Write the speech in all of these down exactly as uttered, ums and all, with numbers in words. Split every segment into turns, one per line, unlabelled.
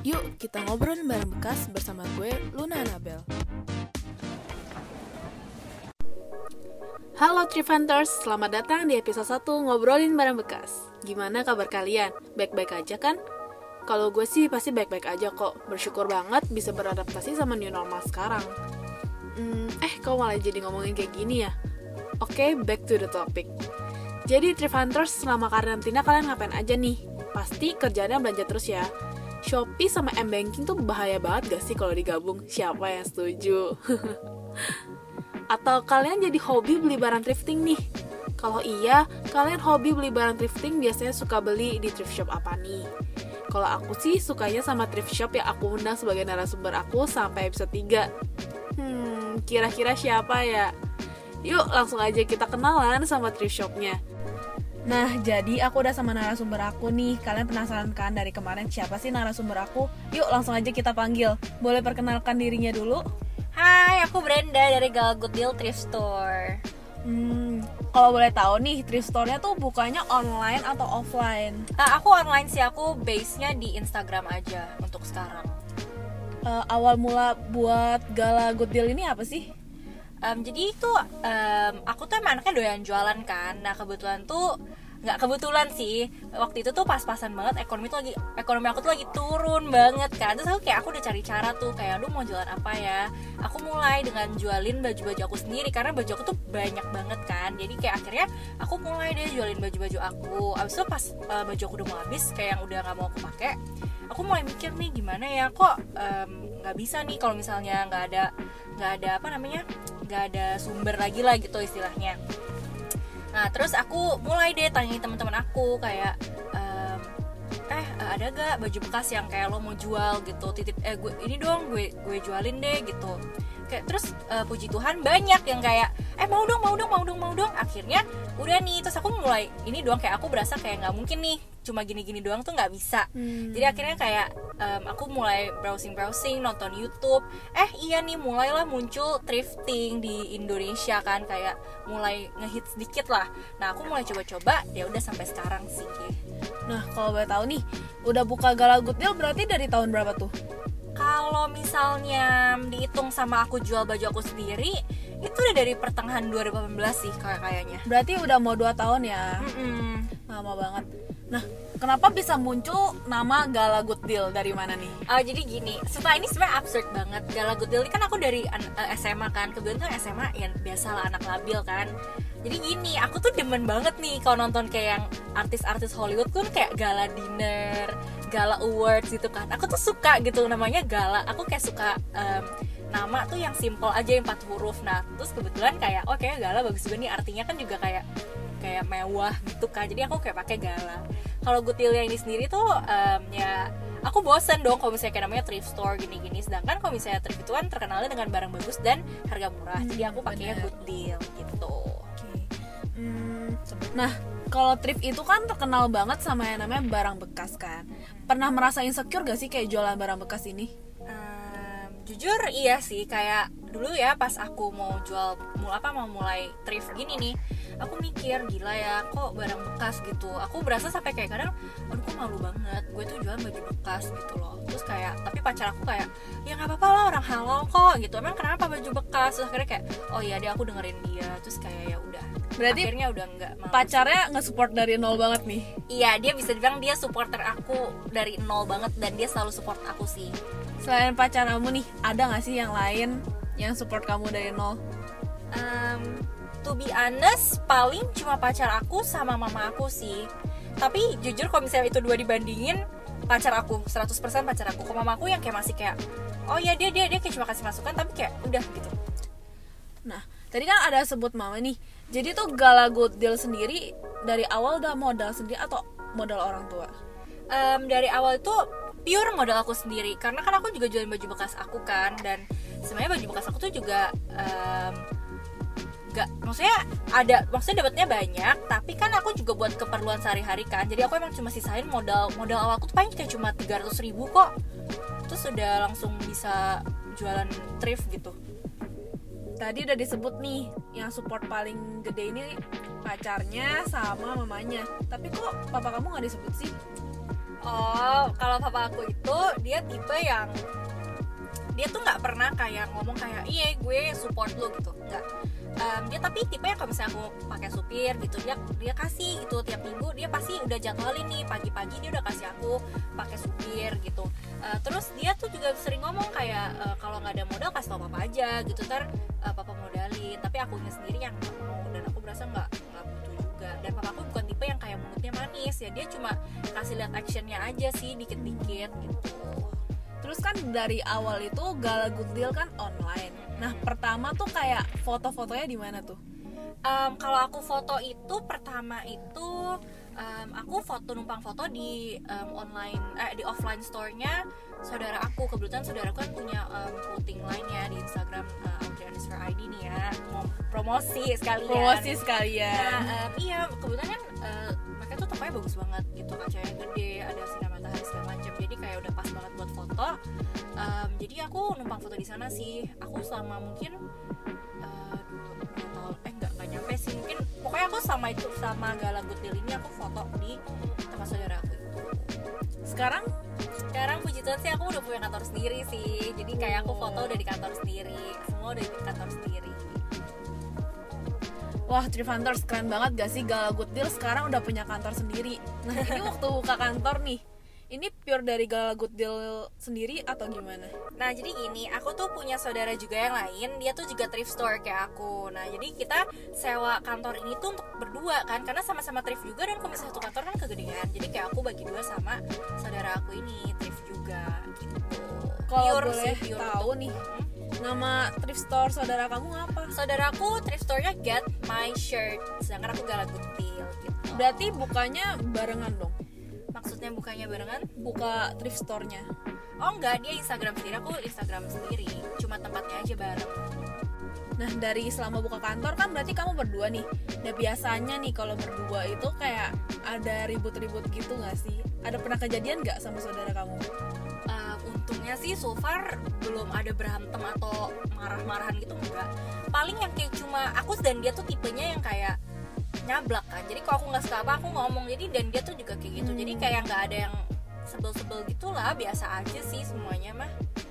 Yuk kita ngobrol bareng bekas bersama gue, Luna Anabel. Halo Trip Hunters, selamat datang di episode satu Ngobrolin Barang Bekas. Gimana kabar kalian? Baik-baik aja kan? Kalau gue sih pasti baik-baik aja kok. Bersyukur banget bisa beradaptasi sama new normal sekarang. Hmm, eh kok malah jadi ngomongin kayak gini ya? Oke, back to the topic. Jadi Trip Hunters, selama karantina kalian ngapain aja nih? Pasti kerjaannya belanja terus ya. Shopee sama M-Banking tuh bahaya banget gak sih kalau digabung? Siapa yang setuju? Atau kalian jadi hobi beli barang thrifting nih? Kalau iya, kalian hobi beli barang thrifting biasanya suka beli di thrift shop apa nih? Kalau aku sih sukanya sama thrift shop yang aku undang sebagai narasumber aku sampai episode tiga. Hmm, kira-kira siapa ya? Yuk langsung aja kita kenalan sama thrift shopnya. Nah, jadi aku udah sama narasumber aku nih. Kalian penasaran kan dari kemarin siapa sih narasumber aku? Yuk langsung aja kita panggil. Boleh perkenalkan dirinya dulu?
Hai, aku Brenda dari Gala Good Deal Thrift Store.
Hmm, kalau boleh tahu nih, thrift store-nya tuh bukanya online atau offline?
Nah, aku online sih, aku base-nya di Instagram aja untuk sekarang.
Uh, awal mula buat Gala Good Deal ini apa sih?
Um, jadi itu um, aku tuh emang anaknya doyan jualan kan. Nah kebetulan tuh nggak kebetulan sih waktu itu tuh pas-pasan banget ekonomi tuh lagi ekonomi aku tuh lagi turun banget kan. Terus aku kayak aku udah cari cara tuh kayak aduh mau jualan apa ya. Aku mulai dengan jualin baju-baju aku sendiri karena baju aku tuh banyak banget kan. Jadi kayak akhirnya aku mulai deh jualin baju-baju aku. Abis itu pas uh, baju aku udah mau habis kayak yang udah nggak mau aku pakai, aku mulai mikir nih gimana ya kok nggak um, bisa nih kalau misalnya nggak ada nggak ada apa namanya nggak ada sumber lagi lah gitu istilahnya. Nah terus aku mulai deh tanyain teman-teman aku kayak ehm, eh ada gak baju bekas yang kayak lo mau jual gitu, titip eh gue ini dong gue gue jualin deh gitu. Kayak terus uh, puji Tuhan banyak yang kayak eh mau dong mau dong mau dong mau dong. Akhirnya udah nih terus aku mulai ini doang kayak aku berasa kayak nggak mungkin nih cuma gini-gini doang tuh nggak bisa. hmm. Jadi akhirnya kayak um, aku mulai browsing-browsing nonton YouTube. Eh iya nih mulailah muncul thrifting di Indonesia kan, kayak mulai ngehit sedikit lah. Nah aku mulai coba-coba ya udah sampai sekarang sih.
Nah kalau boleh tahu nih udah buka Gala Good Deal berarti dari tahun berapa tuh?
Kalau misalnya dihitung sama aku jual baju aku sendiri, itu udah dari pertengahan dua ribu delapan belas sih kayak kayaknya.
Berarti udah mau dua tahun ya?
Mm-mm.
Lama banget. Nah, kenapa bisa muncul nama Gala Good Deal? Dari mana nih?
Uh, jadi gini, setelah ini sebenarnya absurd banget. Gala Good Deal ini kan aku dari uh, S M A kan. Kebetulan tuh S M A ya biasalah anak labil kan. Jadi gini, aku tuh demen banget nih kalau nonton kayak yang artis-artis Hollywood tuh kayak gala dinner, gala awards gitu kan. Aku tuh suka gitu namanya gala. Aku kayak suka um, nama tuh yang simple aja yang empat huruf. Nah, terus kebetulan kayak oh kayak gala bagus juga nih, artinya kan juga kayak kayak mewah gitu kan. Jadi aku kayak pakai gala. Kalau Good Deal yang ini sendiri tuh um, ya aku bosen dong kalau misalnya kayak namanya thrift store gini-gini. Sedangkan kalau misalnya thrift itu kan terkenalnya dengan barang bagus dan harga murah. Hmm, jadi aku pakainya Good Deal gitu.
Hmm, nah, kalau thrift itu kan terkenal banget sama yang namanya barang bekas kan. Pernah merasa insecure gak sih kayak jualan barang bekas ini?
Um, jujur iya sih, kayak dulu ya pas aku mau jual mau apa mau mulai thrift gini nih, aku mikir gila ya kok barang bekas gitu. Aku berasa sampai kayak kadang aduh kok malu banget gue tuh jualan baju bekas gitu loh. Terus kayak tapi pacar aku kayak ya nggak apa-apa lah orang halal kok gitu, emang kenapa baju bekas. Terus akhirnya kayak oh iya deh aku dengerin dia. Terus kayak ya udah,
berarti
akhirnya udah nggak mau.
Pacarnya nge-support dari nol banget nih?
Iya, dia bisa dibilang dia supporter aku dari nol banget dan dia selalu support aku sih.
Selain pacar kamu nih, ada nggak sih yang lain yang support kamu dari nol?
Um, to be honest, paling cuma pacar aku sama mama aku sih. Tapi jujur kalau misalnya itu dua dibandingin, pacar aku seratus persen pacar aku. Kalau mama aku yang kayak masih kayak oh ya dia dia dia kayak cuma kasih masukan tapi kayak udah gitu.
Nah, tadi kan ada sebut mama nih. Jadi tuh Gala Good Deal sendiri dari awal udah modal sendiri atau modal orang tua?
Um, dari awal itu pure modal aku sendiri. Karena kan aku juga jualin baju bekas aku kan. Dan sebenarnya baju bekas aku tuh juga um, gak, maksudnya ada, maksudnya dapatnya banyak. Tapi kan aku juga buat keperluan sehari-hari kan. Jadi aku emang cuma sisain modal modal awal aku tuh paling kayak cuma tiga ratus ribu kok. Terus udah langsung bisa jualan thrift gitu.
Tadi udah disebut nih, yang support paling gede ini pacarnya sama mamanya. Tapi kok papa kamu gak disebut sih?
Oh, kalau papa aku itu dia tipe yang dia tuh nggak pernah kayak ngomong kayak iya gue support lo gitu, nggak. Um, dia tapi tipe yang kalau misalnya aku pakai supir gitu, dia dia kasih gitu tiap minggu, dia pasti udah jadwalin nih pagi-pagi dia udah kasih aku pakai supir gitu. Uh, terus dia tuh juga sering ngomong kayak uh, kalau nggak ada modal kasih tau papa aja gitu, ntar uh, papa modalin. Tapi akunya sendiri yang nggak mau, dan aku berasa nggak nggak butuh juga. Dan papa aku bukan tipe yang kayak mulutnya manis ya, dia cuma kasih lihat actionnya aja sih dikit-dikit gitu.
Terus kan dari awal itu Gala Good Deal kan online. Nah pertama tuh kayak foto-fotonya di mana tuh?
Um, kalau aku foto itu pertama itu um, aku foto numpang foto di um, online eh, di offline store-nya saudara aku. Kebetulan saudara aku kan punya um, clothing line-nya di Instagram uh, Audrey underscore I D nih ya, mau promosi sekalian.
Promosi sekalian.
Nah, um, iya kebetulan kan uh, mereka tuh tempatnya bagus banget gitu, kacanya gede, ada sinar matahari segala macam. Jadi kayak udah pas banget buat foto. Um, jadi aku numpang foto di sana sih. Aku selama mungkin uh, dua, dua tahun eh enggak enggak nyampe sih, mungkin pokoknya aku sama itu sama Gala Good Deal ini aku foto di tempat saudara aku itu.
Sekarang
sekarang puji Tuhan sih aku udah punya kantor sendiri sih. Jadi kayak aku foto udah di kantor sendiri, semua udah di kantor sendiri.
Wah, Thrift keren banget gak sih Gala Good Deal sekarang udah punya kantor sendiri. Nah, ini waktu buka kantor nih, ini pure dari Gala Good Deal sendiri atau gimana?
Nah jadi gini, aku tuh punya saudara juga yang lain, dia tuh juga thrift store kayak aku. Nah jadi kita sewa kantor ini tuh untuk berdua kan, karena sama-sama thrift juga, dan kalau misalnya satu kantor kan kegedean. Jadi kayak aku bagi dua sama saudara aku ini thrift juga gitu.
Kalau
Pure
boleh
sih, pure
tahu
untuk-
nih, nama thrift store saudara kamu apa?
Saudaraku thrift store-nya Get My Shirt, sedangkan aku Gala Good Deal gitu.
Berarti bukanya barengan dong?
Maksudnya bukannya barengan?
Buka thrift store-nya?
Oh enggak, dia Instagram sendiri, aku Instagram sendiri, cuma tempatnya aja bareng.
Nah dari selama buka kantor kan berarti kamu berdua nih. Nah biasanya nih kalau berdua itu kayak ada ribut-ribut gitu gak sih? Ada pernah kejadian gak sama saudara kamu?
Uh, untungnya sih so far belum ada berantem atau marah-marahan gitu, enggak. Paling yang kayak cuma aku dan dia tuh tipenya yang kayak nyablak kan, jadi kalau aku nggak suka apa aku ngomong, jadi dan dia tuh juga kayak gitu.
Hmm.
Jadi kayak nggak ada yang sebel-sebel gitulah, biasa aja sih semuanya mah.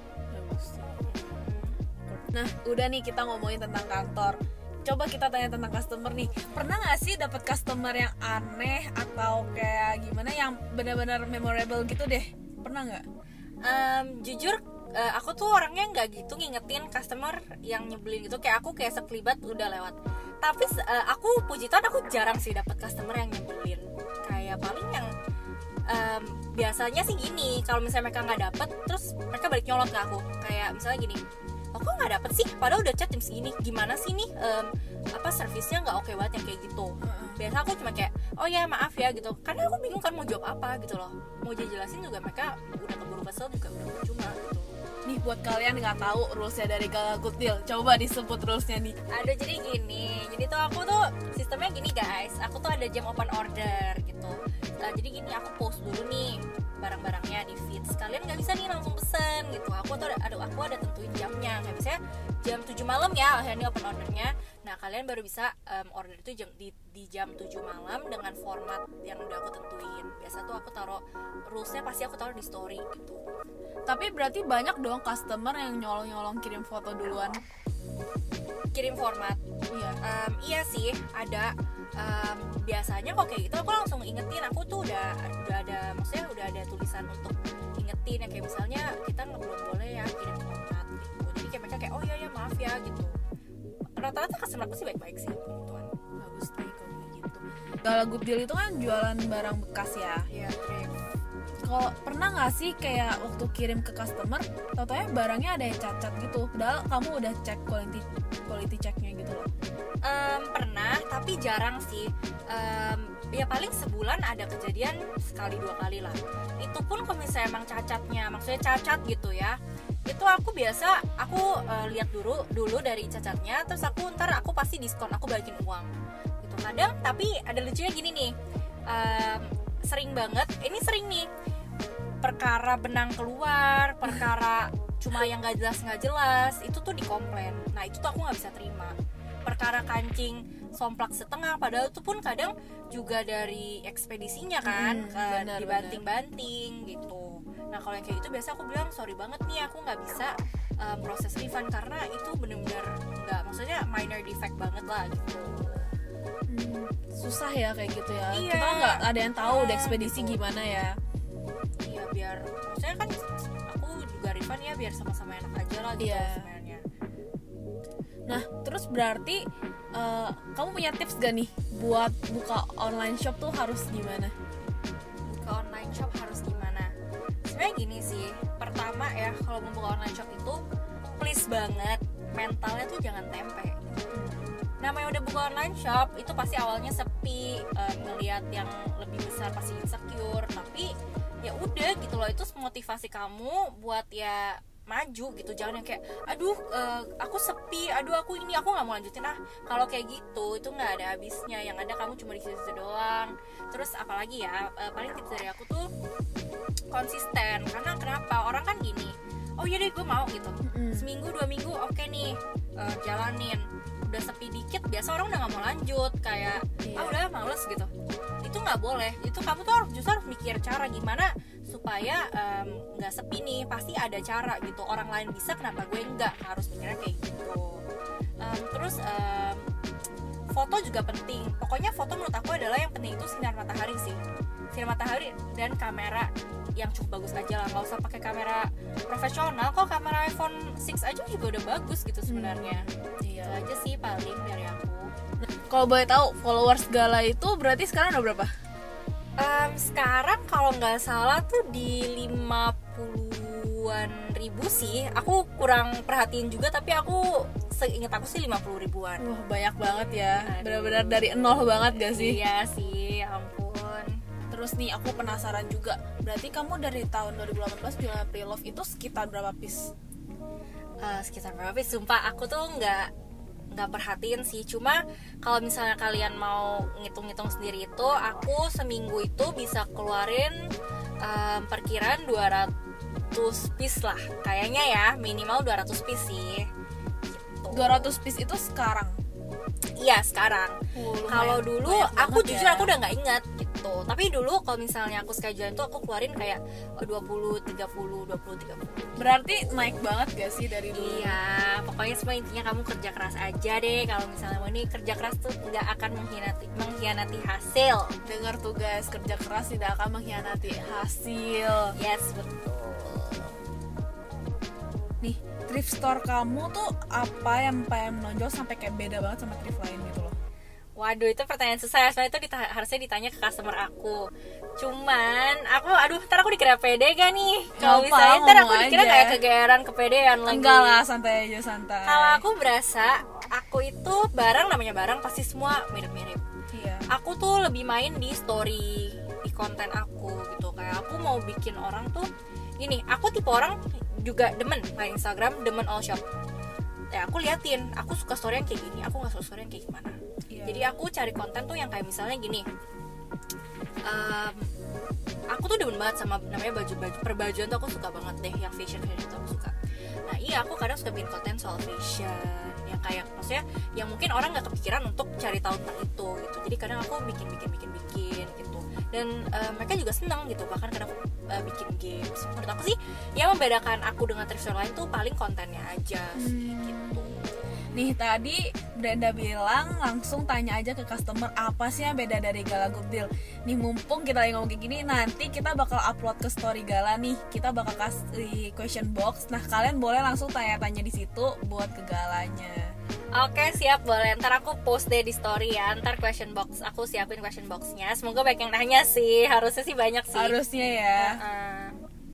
Nah udah nih kita ngomongin tentang kantor, coba kita tanya tentang customer nih. Pernah nggak sih dapat customer yang aneh atau kayak gimana yang benar-benar memorable gitu deh? Pernah nggak?
Um, jujur uh, aku tuh orangnya nggak gitu ngingetin customer yang nyebelin gitu, kayak aku kayak sekelibat udah lewat. Tapi uh, aku puji Tuhan aku jarang sih dapat customer yang nyebelin. Kayak paling yang um, biasanya sih gini, kalau misalnya mereka nggak dapet terus mereka balik nyolot ke aku. Kayak misalnya gini, oh kok nggak dapet sih, padahal udah chat jam segini, gimana sih nih um, apa servisnya nggak oke banget yang kayak gitu. Biasa aku cuma kayak oh ya maaf ya gitu, karena aku bingung kan mau jawab apa gitu loh, mau jelasin juga mereka udah keburu kesel juga udah percuma gitu.
Nih buat kalian nggak tahu rulesnya dari Gala Good Deal, coba disebut rulesnya nih.
Aduh jadi gini, jadi tuh aku tuh sistemnya gini guys, aku tuh ada jam open order gitu. Nah, jadi gini aku post dulu nih barang-barangnya di feed, kalian nggak bisa nih langsung pesen gitu. Aku tuh ada, aduh aku ada tentuin jamnya, kayak misalnya jam tujuh malam ya akhirnya open ordernya. Nah kalian baru bisa um, order itu jam, di, di jam tujuh malam dengan format yang udah aku tentuin. Biasa tuh aku taruh rulesnya pasti aku taruh di story gitu.
Tapi berarti banyak dong customer yang nyolong-nyolong kirim foto duluan.
Kirim format.
Iya.
Um, iya sih ada. Um, biasanya kok kayak gitu aku langsung ingetin, aku tuh udah udah ada, maksudnya udah ada tulisan untuk ingetin ya, kayak misalnya kita nggak belum boleh ya kirim format gitu. Jadi kayak mereka kayak oh iya ya maaf ya gitu. Rata-rata customer aku sih baik-baik sih, tuan.
Bagus nih kalau kayak gitu. Gala Good Deal itu kan jualan barang bekas ya.
Iya, thrift.
Kalau pernah nggak sih kayak waktu kirim ke customer, tau-taunya barangnya ada yang cacat gitu, padahal kamu udah cek quality quality checknya gitu loh.
Um, pernah, tapi jarang sih. Um, ya paling sebulan ada kejadian sekali dua kali lah. Itu pun kalau misalnya emang cacatnya, maksudnya cacat gitu ya. Itu aku biasa, aku uh, lihat dulu dulu dari cacatnya, terus aku ntar aku pasti diskon, aku balikin uang. Gitu kadang, tapi ada lucunya gini nih. Um, sering banget, ini sering nih. Perkara benang keluar, perkara cuma yang nggak jelas nggak jelas, itu tuh dikomplain. Nah itu tuh aku nggak bisa terima. Perkara kancing somplak setengah, padahal itu pun kadang juga dari ekspedisinya kan,
Hmm,
uh,
benar,
dibanting-banting gitu. Nah kalau yang kayak gitu biasa aku bilang sorry banget nih aku nggak bisa um, proses refund karena itu bener-bener nggak, maksudnya minor defect banget lah gitu.
Hmm, susah ya kayak gitu ya.
Iya.
Kita kan nggak ada yang tahu
Ah,
di ekspedisi
gitu.
gimana ya.
Iya biar, maksudnya kan aku juga refund ya biar sama-sama enak aja lah gitu
Iya.
sebenarnya.
Nah, terus berarti uh, kamu punya tips gak nih buat buka online shop tuh harus gimana?
Buka online shop harus gimana? Sebenarnya gini sih, pertama ya kalau mau buka online shop itu please banget mentalnya tuh jangan tempe. Namanya udah buka online shop itu pasti awalnya sepi, um, ngelihat yang lebih besar pasti insecure, tapi ya udah gitu loh, itu motivasi kamu buat ya maju gitu. Jangan yang kayak aduh uh, aku sepi, aduh aku ini aku nggak mau lanjutin. Ah kalau kayak gitu itu nggak ada habisnya, yang ada kamu cuma di situ doang. Terus apalagi ya, uh, paling tips dari aku tuh konsisten. Karena kenapa, orang kan gini, oh iya deh gue mau gitu,
Mm-mm.
seminggu dua minggu oke okay nih, uh, jalanin. Udah sepi dikit biasa orang udah nggak mau lanjut, kayak
Iya.
ah udah males gitu. Itu nggak boleh, itu kamu tuh harus justru harus mikir cara gimana supaya nggak um, sepi nih. Pasti ada cara gitu, orang lain bisa kenapa gue enggak, harus mikirnya kayak gitu. Um, terus um, foto juga penting. Pokoknya foto menurut aku adalah yang penting itu sinar matahari sih, sinar matahari dan kamera yang cukup bagus aja lah, nggak usah pakai kamera profesional kok, kamera iPhone enam aja juga udah bagus gitu sebenarnya.
Iya.
Itu aja sih paling dari aku.
Kalau boleh tahu followers Gala itu berarti sekarang udah berapa?
Um, sekarang kalau nggak salah tuh di lima puluhan ribu sih. Aku kurang perhatiin juga, tapi aku seingat aku sih lima puluh ribuan.
Wah banyak banget ya.
Aduh.
Benar-benar dari nol banget gak sih?
Iya sih, ya ampun.
Terus nih aku penasaran juga. Berarti kamu dari tahun dua ribu delapan belas jualan pre-love itu sekitar berapa piece?
Uh, sekitar berapa sih? Sumpah aku tuh nggak nggak perhatiin sih. Cuma kalau misalnya kalian mau ngitung-ngitung sendiri itu, aku seminggu itu bisa keluarin um, perkiraan dua ratus piece lah. Kayaknya ya minimal dua ratus piece sih. Gitu.
dua ratus piece itu sekarang?
Iya sekarang.
Oh, lumayan
Kalau dulu
banyak
aku
banget
jujur
ya.
aku udah nggak ingat gitu. Tapi dulu kalau misalnya aku schedule itu aku keluarin kayak dua puluh, tiga puluh, dua puluh, tiga puluh.
Berarti naik banget gak sih dari dulu?
Iya, pokoknya semua intinya kamu kerja keras aja deh. Kalau misalnya mau ini kerja keras tuh nggak akan mengkhianati mengkhianati hasil.
Dengar tuh guys, kerja keras tidak akan mengkhianati hasil.
Yes, betul.
Nih, thrift store kamu tuh apa yang paling menonjol sampai kayak beda banget sama thrift lain gitu loh?
Waduh, itu pertanyaan susah ya. Soalnya itu dita- harusnya ditanya ke customer aku. Cuman, aku, aduh, ntar aku dikira pede gak nih? Kalau
Ngapa,
misalnya ntar aku
ngomong
dikira
aja.
kayak kegeeran, kepedean lagi.
Enggak lah, santai aja, santai.
Kalau aku berasa, aku itu barang, namanya barang pasti semua mirip-mirip.
Iya.
Aku tuh lebih main di story, di konten aku gitu. Kayak aku mau bikin orang tuh gini, aku tipe orang juga demen main Instagram, demen all shop. Ya aku liatin, aku suka story yang kayak gini, aku gak suka story yang kayak gimana.
Iya.
Jadi aku cari konten tuh yang kayak misalnya gini, um, aku tuh demen banget sama namanya baju-baju, perbajuan tuh aku suka banget deh, yang fashion fashion tuh aku suka. Nah iya, aku kadang suka bikin konten soal fashion yang kayak, maksudnya yang mungkin orang nggak kepikiran untuk cari tahu tentang itu gitu. Jadi kadang aku bikin bikin bikin bikin gitu, dan uh, mereka juga seneng gitu. Bahkan kadang aku uh, bikin games. Menurut aku sih yang membedakan aku dengan thrift store lain tuh paling kontennya aja sih gitu.
Nih tadi Brenda bilang langsung tanya aja ke customer apa sih yang beda dari Gala Good Deal. Nih mumpung kita lagi ngomong kayak gini, nanti kita bakal upload ke story Gala nih. Kita bakal kasih question box. Nah kalian boleh langsung tanya-tanya di situ buat ke Galanya.
Oke siap, boleh. Ntar aku post deh di story ya. Ntar question box, aku siapin question boxnya. Semoga banyak yang nanya sih. Harusnya sih banyak sih.
Harusnya ya.
Uh-uh.